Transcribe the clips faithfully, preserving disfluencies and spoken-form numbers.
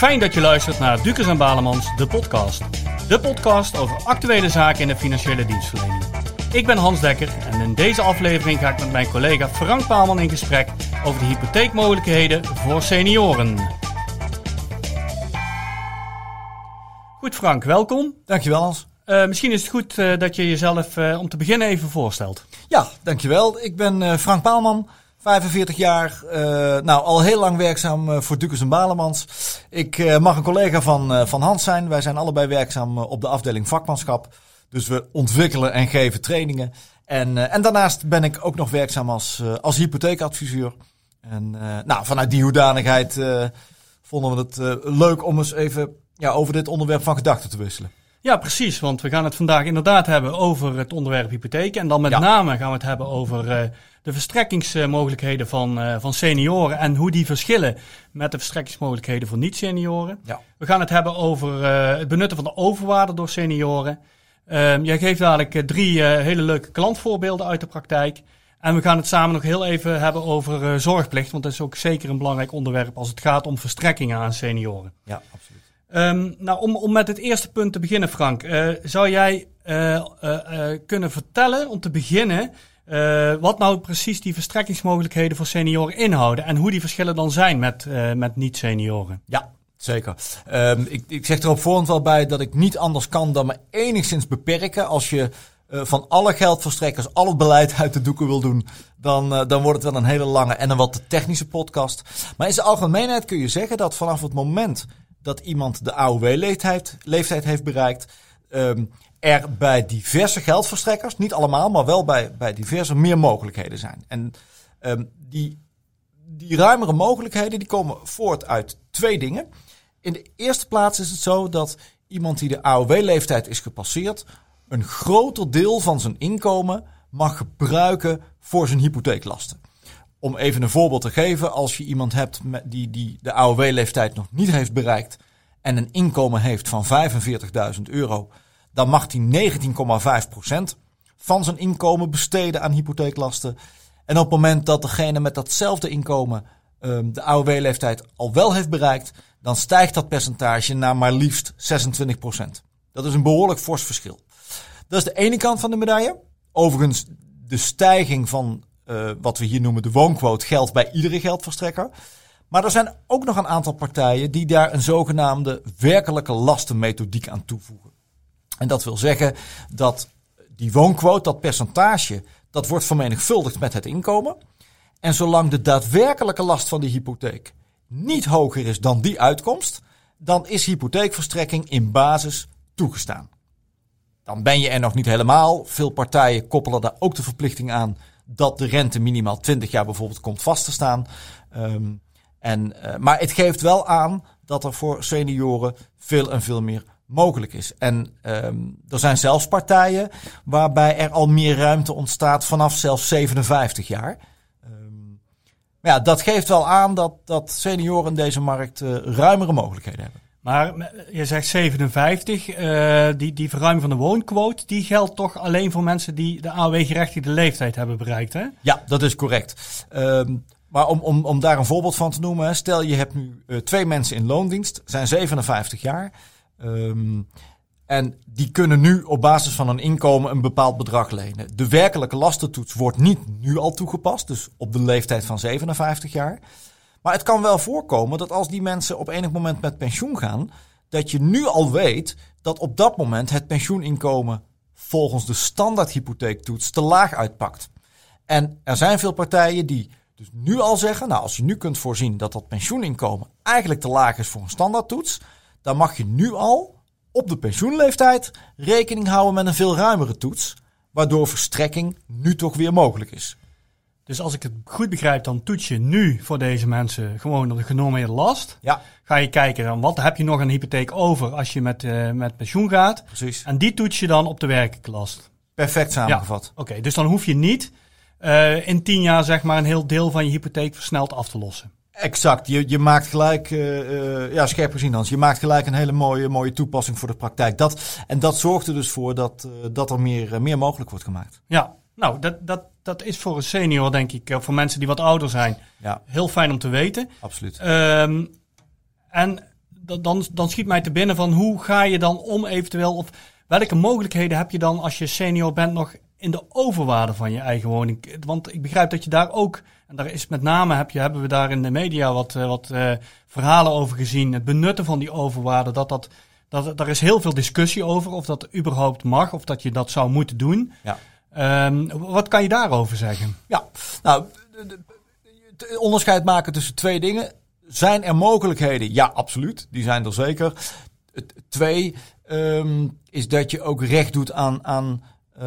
Fijn dat je luistert naar Dukers en Balemans, de podcast. De podcast over actuele zaken in de financiële dienstverlening. Ik ben Hans Dekker en in deze aflevering ga ik met mijn collega Frank Paalman in gesprek over de hypotheekmogelijkheden voor senioren. Goed Frank, welkom. Dankjewel Hans. Uh, misschien is het goed uh, dat je jezelf uh, om te beginnen even voorstelt. Ja, dankjewel. Ik ben uh, Frank Paalman, vijfenveertig jaar, uh, nou al heel lang werkzaam uh, voor Dukers en Balemans. Ik uh, mag een collega van, uh, van Hans zijn. Wij zijn allebei werkzaam uh, op de afdeling vakmanschap. Dus we ontwikkelen en geven trainingen. En, uh, en daarnaast ben ik ook nog werkzaam als, uh, als hypotheekadviseur. En uh, nou, vanuit die hoedanigheid uh, vonden we het uh, leuk om eens even ja, over dit onderwerp van gedachten te wisselen. Ja, precies, want we gaan het vandaag inderdaad hebben over het onderwerp hypotheek. En dan met ja. name gaan we het hebben over uh, de verstrekkingsmogelijkheden van, uh, van senioren en hoe die verschillen met de verstrekkingsmogelijkheden van niet-senioren. Ja. We gaan het hebben over uh, het benutten van de overwaarde door senioren. Uh, jij geeft dadelijk uh, drie uh, hele leuke klantvoorbeelden uit de praktijk. En we gaan het samen nog heel even hebben over uh, zorgplicht, want dat is ook zeker een belangrijk onderwerp als het gaat om verstrekkingen aan senioren. Ja, absoluut. Um, nou, om, om met het eerste punt te beginnen, Frank. Uh, zou jij uh, uh, uh, kunnen vertellen, om te beginnen, uh, wat nou precies die verstrekkingsmogelijkheden voor senioren inhouden en hoe die verschillen dan zijn met, uh, met niet-senioren? Ja, zeker. Um, ik, ik zeg er op voorhand wel bij dat ik niet anders kan dan me enigszins beperken. Als je uh, van alle geldverstrekkers al het beleid uit de doeken wil doen, dan, uh, dan wordt het wel een hele lange en een wat te technische podcast. Maar in zijn algemeenheid kun je zeggen dat vanaf het moment dat iemand de A O W-leeftijd leeftijd heeft bereikt, um, er bij diverse geldverstrekkers, niet allemaal, maar wel bij, bij diverse meer mogelijkheden zijn. En um, die, die ruimere mogelijkheden die komen voort uit twee dingen. In de eerste plaats is het zo dat iemand die de A O W-leeftijd is gepasseerd, een groter deel van zijn inkomen mag gebruiken voor zijn hypotheeklasten. Om even een voorbeeld te geven, als je iemand hebt die, die de A O W-leeftijd nog niet heeft bereikt en een inkomen heeft van vijfenveertigduizend euro, dan mag hij negentien komma vijf procent van zijn inkomen besteden aan hypotheeklasten. En op het moment dat degene met datzelfde inkomen um, de A O W-leeftijd al wel heeft bereikt, dan stijgt dat percentage naar maar liefst zesentwintig procent. Dat is een behoorlijk fors verschil. Dat is de ene kant van de medaille. Overigens, de stijging van Uh, wat we hier noemen de woonquote geldt bij iedere geldverstrekker. Maar er zijn ook nog een aantal partijen die daar een zogenaamde werkelijke lastenmethodiek aan toevoegen. En dat wil zeggen dat die woonquote, dat percentage, dat wordt vermenigvuldigd met het inkomen. En zolang de daadwerkelijke last van die hypotheek niet hoger is dan die uitkomst, dan is hypotheekverstrekking in basis toegestaan. Dan ben je er nog niet helemaal. Veel partijen koppelen daar ook de verplichting aan dat de rente minimaal twintig jaar bijvoorbeeld komt vast te staan. Um, en, uh, maar het geeft wel aan dat er voor senioren veel en veel meer mogelijk is. En um, er zijn zelfs partijen waarbij er al meer ruimte ontstaat vanaf zelfs zevenenvijftig jaar. Um, maar ja, dat geeft wel aan dat, dat senioren in deze markt uh, ruimere mogelijkheden hebben. Maar je zegt zevenenvijftig, uh, die, die verruiming van de woonquote, die geldt toch alleen voor mensen die de A O W-gerechtigde leeftijd hebben bereikt, hè? Ja, dat is correct. Um, maar om, om, om daar een voorbeeld van te noemen, stel je hebt nu uh, twee mensen in loondienst, zijn zevenenvijftig jaar. Um, en die kunnen nu op basis van hun inkomen een bepaald bedrag lenen. De werkelijke lastentoets wordt niet nu al toegepast, dus op de leeftijd van zevenenvijftig jaar. Maar het kan wel voorkomen dat als die mensen op enig moment met pensioen gaan, dat je nu al weet dat op dat moment het pensioeninkomen volgens de standaardhypotheektoets te laag uitpakt. En er zijn veel partijen die dus nu al zeggen, nou als je nu kunt voorzien dat dat pensioeninkomen eigenlijk te laag is voor een standaardtoets, dan mag je nu al op de pensioenleeftijd rekening houden met een veel ruimere toets, waardoor verstrekking nu toch weer mogelijk is. Dus als ik het goed begrijp, dan toets je nu voor deze mensen gewoon op de genormeerde last. Ja. Ga je kijken dan wat heb je nog een hypotheek over als je met, uh, met pensioen gaat. Precies. En die toets je dan op de werkelijke last. Perfect samengevat. Ja. Oké, okay, dus dan hoef je niet uh, in tien jaar zeg maar een heel deel van je hypotheek versneld af te lossen. Exact. Je, je maakt gelijk, uh, uh, ja scherp gezien Hans, je maakt gelijk een hele mooie, mooie toepassing voor de praktijk. Dat, en dat zorgt er dus voor dat, uh, dat er meer, uh, meer mogelijk wordt gemaakt. Ja. Nou, dat, dat, dat is voor een senior, denk ik, voor mensen die wat ouder zijn, ja, heel fijn om te weten. Absoluut. Um, en dan, dan schiet mij te binnen van hoe ga je dan om eventueel, of welke mogelijkheden heb je dan als je senior bent nog in de overwaarde van je eigen woning? Want ik begrijp dat je daar ook, en daar is met name, heb je, hebben we daar in de media wat, wat uh, verhalen over gezien, het benutten van die overwaarde, dat dat, dat daar is heel veel discussie over of dat überhaupt mag, of dat je dat zou moeten doen. Ja. Um, wat kan je daarover zeggen? Ja, nou, het onderscheid maken tussen twee dingen. Zijn er mogelijkheden? Ja, absoluut. Die zijn er zeker. Twee, um, is dat je ook recht doet aan, aan,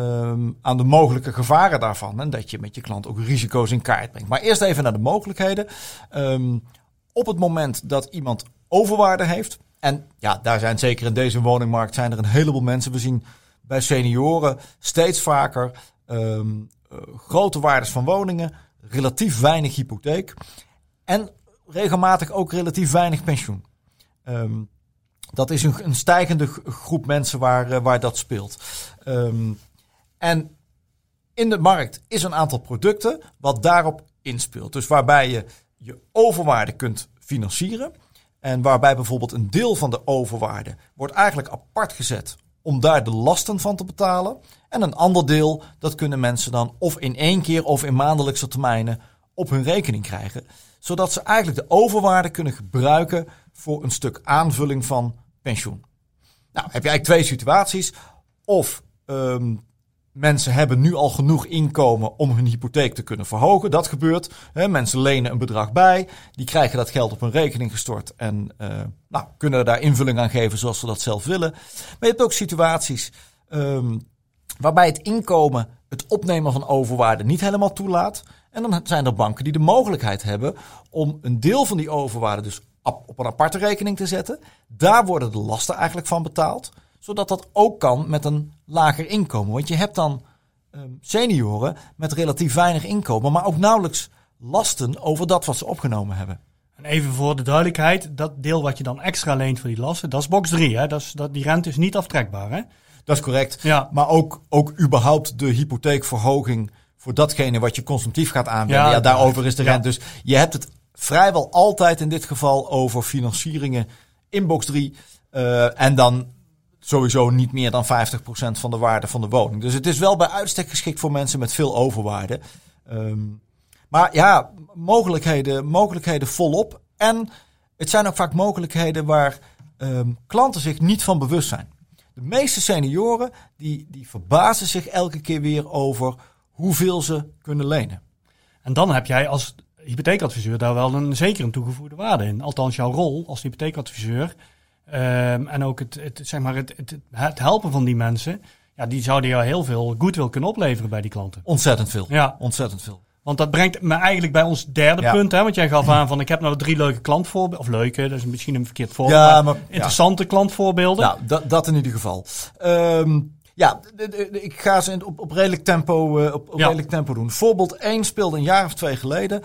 um, aan de mogelijke gevaren daarvan. En dat je met je klant ook risico's in kaart brengt. Maar eerst even naar de mogelijkheden. Um, op het moment dat iemand overwaarde heeft. En ja, daar zijn zeker in deze woningmarkt zijn er een heleboel mensen. We zien bij senioren steeds vaker um, uh, grote waardes van woningen. Relatief weinig hypotheek. En regelmatig ook relatief weinig pensioen. Um, dat is een, een stijgende groep mensen waar, uh, waar dat speelt. Um, en in de markt is een aantal producten wat daarop inspeelt. Dus waarbij je je overwaarde kunt financieren. En waarbij bijvoorbeeld een deel van de overwaarde wordt eigenlijk apart gezet om daar de lasten van te betalen. En een ander deel, dat kunnen mensen dan of in één keer of in maandelijkse termijnen op hun rekening krijgen. Zodat ze eigenlijk de overwaarde kunnen gebruiken voor een stuk aanvulling van pensioen. Nou, heb je eigenlijk twee situaties. Of um, mensen hebben nu al genoeg inkomen om hun hypotheek te kunnen verhogen. Dat gebeurt. Hè, mensen lenen een bedrag bij. Die krijgen dat geld op hun rekening gestort. En uh, nou, kunnen daar invulling aan geven zoals ze dat zelf willen. Maar je hebt ook situaties um, waarbij het inkomen het opnemen van overwaarde niet helemaal toelaat. En dan zijn er banken die de mogelijkheid hebben om een deel van die overwaarde dus op een aparte rekening te zetten. Daar worden de lasten eigenlijk van betaald. Zodat dat ook kan met een lager inkomen. Want je hebt dan um, senioren met relatief weinig inkomen, maar ook nauwelijks lasten over dat wat ze opgenomen hebben. En even voor de duidelijkheid, dat deel wat je dan extra leent voor die lasten, dat is box drie. Hè? Dat is, dat, die rente is niet aftrekbaar, hè? Dat is correct. Ja. Maar ook, ook überhaupt de hypotheekverhoging voor datgene wat je consumptief gaat aanwenden. Ja, ja, daarover is de rente. Ja. Dus je hebt het vrijwel altijd in dit geval over financieringen in box drie. Uh, en dan sowieso niet meer dan vijftig procent van de waarde van de woning. Dus het is wel bij uitstek geschikt voor mensen met veel overwaarde. Um, maar ja, mogelijkheden, mogelijkheden volop. En het zijn ook vaak mogelijkheden waar um, klanten zich niet van bewust zijn. De meeste senioren die, die verbazen zich elke keer weer over hoeveel ze kunnen lenen. En dan heb jij als hypotheekadviseur daar wel een zeker een toegevoegde waarde in. Althans jouw rol als hypotheekadviseur. Um, en ook het, het, zeg maar het, het, het helpen van die mensen. Ja, die zouden jou heel veel goodwill kunnen opleveren bij die klanten. Ontzettend veel. Ja. Ontzettend veel. Want dat brengt me eigenlijk bij ons derde ja. punt. Hè? Want jij gaf aan van ik heb nou drie leuke klantvoorbeelden. Of leuke, dat is misschien een verkeerd voorbeeld. Ja, maar, interessante ja. klantvoorbeelden. Nou, dat, dat in ieder geval. Um, ja, de, de, de, ik ga ze op, op redelijk tempo, uh, op, op ja. redelijk tempo doen. Voorbeeld één speelde een jaar of twee geleden.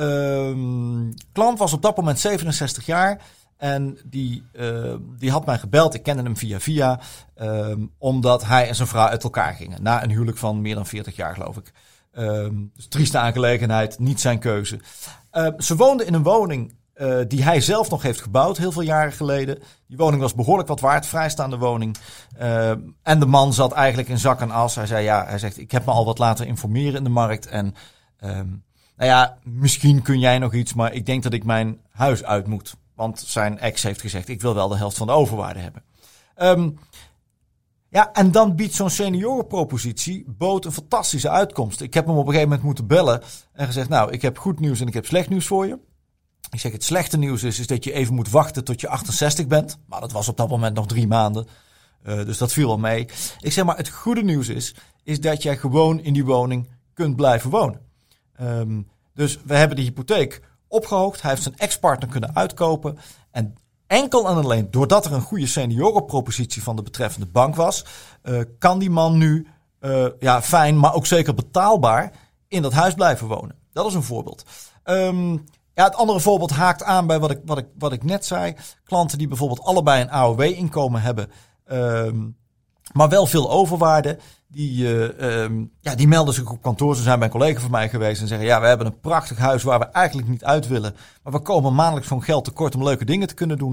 Um, klant was op dat moment zevenenzestig jaar. En die, uh, die had mij gebeld. Ik kende hem via via. Um, omdat hij en zijn vrouw uit elkaar gingen. Na een huwelijk van meer dan veertig jaar, geloof ik. Um, dus trieste aangelegenheid, niet zijn keuze. Uh, ze woonden in een woning uh, die hij zelf nog heeft gebouwd, heel veel jaren geleden. Die woning was behoorlijk wat waard, vrijstaande woning. Uh, en de man zat eigenlijk in zak en as. Hij zei, ja, hij zegt, ik heb me al wat laten informeren in de markt. En um, nou ja, misschien kun jij nog iets, maar ik denk dat ik mijn huis uit moet. Want zijn ex heeft gezegd, ik wil wel de helft van de overwaarde hebben. Um, Ja, en dan biedt zo'n seniorenpropositie bood een fantastische uitkomst. Ik heb hem op een gegeven moment moeten bellen en gezegd, nou, ik heb goed nieuws en ik heb slecht nieuws voor je. Ik zeg, het slechte nieuws is, is dat je even moet wachten tot je achtenzestig bent. Maar dat was op dat moment nog drie maanden. Uh, dus dat viel wel mee. Ik zeg maar, het goede nieuws is, is dat jij gewoon in die woning kunt blijven wonen. Um, dus we hebben de hypotheek opgehoogd. Hij heeft zijn ex-partner kunnen uitkopen. En enkel en alleen doordat er een goede seniorenpropositie van de betreffende bank was, uh, kan die man nu uh, ja, fijn, maar ook zeker betaalbaar in dat huis blijven wonen. Dat is een voorbeeld. Um, ja, het andere voorbeeld haakt aan bij wat ik, wat ik, wat ik net zei. Klanten die bijvoorbeeld allebei een A O W-inkomen hebben, um, maar wel veel overwaarde. Die, uh, um, ja, die melden zich op kantoor. Ze zijn bij een collega van mij geweest en zeggen, ja, we hebben een prachtig huis waar we eigenlijk niet uit willen. Maar we komen maandelijks van geld tekort om leuke dingen te kunnen doen.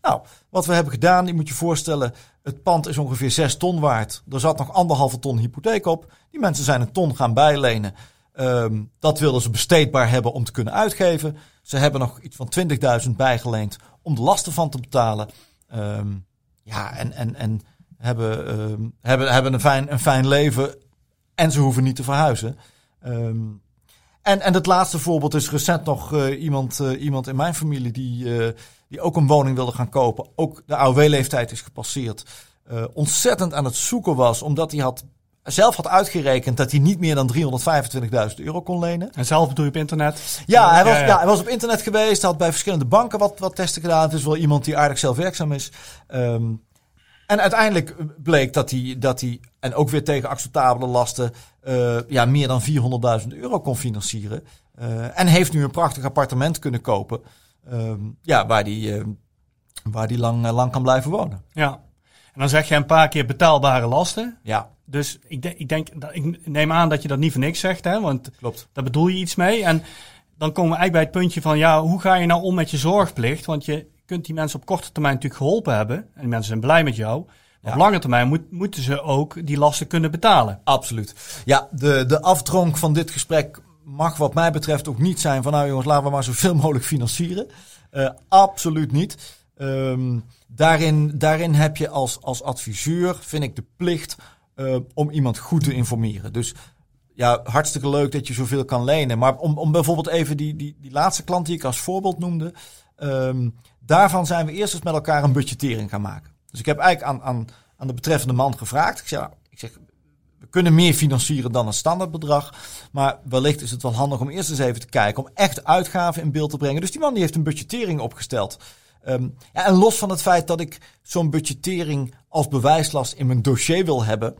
Nou, wat we hebben gedaan, je moet je voorstellen, het pand is ongeveer zes ton waard. Er zat nog anderhalve ton hypotheek op. Die mensen zijn een ton gaan bijlenen. Um, dat wilden ze besteedbaar hebben om te kunnen uitgeven. Ze hebben nog iets van twintigduizend bijgeleend om de lasten van te betalen. Um, ja, en, en, en hebben, um, hebben, hebben een, fijn, een fijn leven en ze hoeven niet te verhuizen. Um, en, en het laatste voorbeeld is recent nog uh, iemand, uh, iemand in mijn familie die, uh, die ook een woning wilde gaan kopen. Ook de A O W-leeftijd is gepasseerd. Uh, ontzettend aan het zoeken was, omdat hij had... zelf had uitgerekend dat hij niet meer dan driehonderdvijfentwintigduizend euro kon lenen. En zelf bedoel je op internet? Ja, hij was, ja, ja. ja, hij was op internet geweest. Hij had bij verschillende banken wat, wat testen gedaan. Het is wel iemand die aardig zelfwerkzaam is. Um, en uiteindelijk bleek dat hij, dat hij, en ook weer tegen acceptabele lasten, uh, ja, meer dan vierhonderdduizend euro kon financieren. Uh, en heeft nu een prachtig appartement kunnen kopen. Um, ja, waar hij uh, waar die lang, uh, lang kan blijven wonen. Ja, en dan zeg je een paar keer betaalbare lasten. Ja. Dus ik, de, ik, denk, ik neem aan dat je dat niet voor niks zegt, hè? Want klopt. Daar bedoel je iets mee. En dan komen we eigenlijk bij het puntje van, ja, hoe ga je nou om met je zorgplicht? Want je kunt die mensen op korte termijn natuurlijk geholpen hebben. En die mensen zijn blij met jou. Maar ja. Op lange termijn moet, moeten ze ook die lasten kunnen betalen. Absoluut. Ja, de, de aftronk van dit gesprek mag wat mij betreft ook niet zijn van, nou jongens, laten we maar zoveel mogelijk financieren. Uh, absoluut niet. Um, daarin, daarin heb je als, als adviseur, vind ik, de plicht Uh, om iemand goed te informeren. Dus ja, hartstikke leuk dat je zoveel kan lenen. Maar om, om bijvoorbeeld even die, die, die laatste klant die ik als voorbeeld noemde. Um, daarvan zijn we eerst eens met elkaar een budgettering gaan maken. Dus ik heb eigenlijk aan, aan, aan de betreffende man gevraagd. Ik zeg, nou, ik zeg, we kunnen meer financieren dan een standaardbedrag. Maar wellicht is het wel handig om eerst eens even te kijken. Om echt uitgaven in beeld te brengen. Dus die man die heeft een budgettering opgesteld. Um, ja, en los van het feit dat ik zo'n budgettering als bewijslast in mijn dossier wil hebben,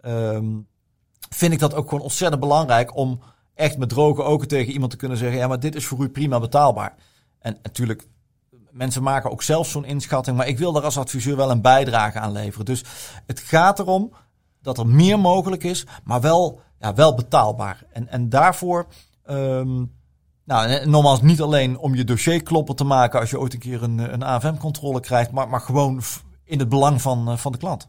um, vind ik dat ook gewoon ontzettend belangrijk om echt met droge ogen tegen iemand te kunnen zeggen, ja, maar dit is voor u prima betaalbaar. En natuurlijk, mensen maken ook zelf zo'n inschatting, maar ik wil daar als adviseur wel een bijdrage aan leveren. Dus het gaat erom dat er meer mogelijk is, maar wel, ja, wel betaalbaar. En, en daarvoor... Um, Nou, nogmaals, niet alleen om je dossier kloppen te maken als je ooit een keer een, een A F M-controle krijgt, maar, maar gewoon in het belang van, van de klant.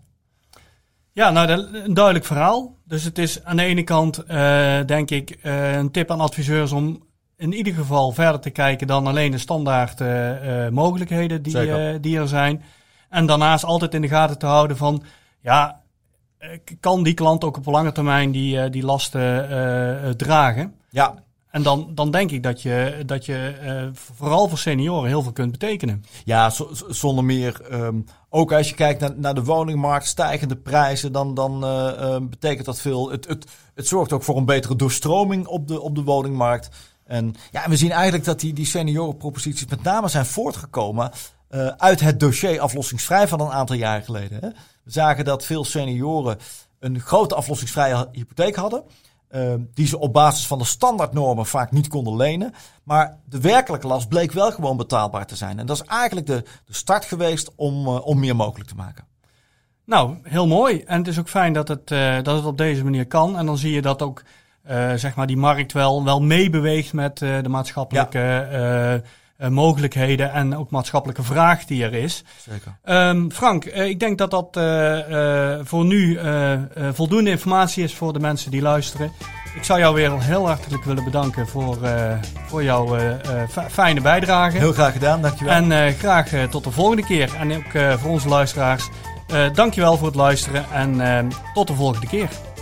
Ja, nou, een duidelijk verhaal. Dus het is aan de ene kant, uh, denk ik, uh, een tip aan adviseurs om in ieder geval verder te kijken dan alleen de standaard uh, uh, mogelijkheden die, uh, die er zijn. En daarnaast altijd in de gaten te houden van, ja, kan die klant ook op lange termijn die, uh, die lasten uh, dragen? Ja. En dan, dan denk ik dat je, dat je uh, vooral voor senioren heel veel kunt betekenen. Ja, z- zonder meer. Um, ook als je kijkt naar, naar de woningmarkt, stijgende prijzen, dan, dan uh, uh, betekent dat veel. Het, het, het zorgt ook voor een betere doorstroming op de, op de woningmarkt. En, ja, en we zien eigenlijk dat die, die seniorenproposities met name zijn voortgekomen uh, uit het dossier aflossingsvrij van een aantal jaren geleden. Hè. We zagen dat veel senioren een grote aflossingsvrije hypotheek hadden. Uh, die ze op basis van de standaardnormen vaak niet konden lenen. Maar de werkelijke last bleek wel gewoon betaalbaar te zijn. En dat is eigenlijk de, de start geweest om, uh, om meer mogelijk te maken. Nou, heel mooi. En het is ook fijn dat het, uh, dat het op deze manier kan. En dan zie je dat ook uh, zeg maar die markt wel, wel meebeweegt met uh, de maatschappelijke ja. uh, uh, mogelijkheden en ook maatschappelijke vraag die er is. Zeker. Um, Frank, uh, ik denk dat dat uh, uh, voor nu uh, uh, voldoende informatie is voor de mensen die luisteren. Ik zou jou weer heel hartelijk willen bedanken voor, uh, voor jouw uh, uh, f- fijne bijdrage. Heel graag gedaan, dankjewel. En uh, graag uh, tot de volgende keer. En ook uh, voor onze luisteraars, uh, dankjewel voor het luisteren en uh, tot de volgende keer.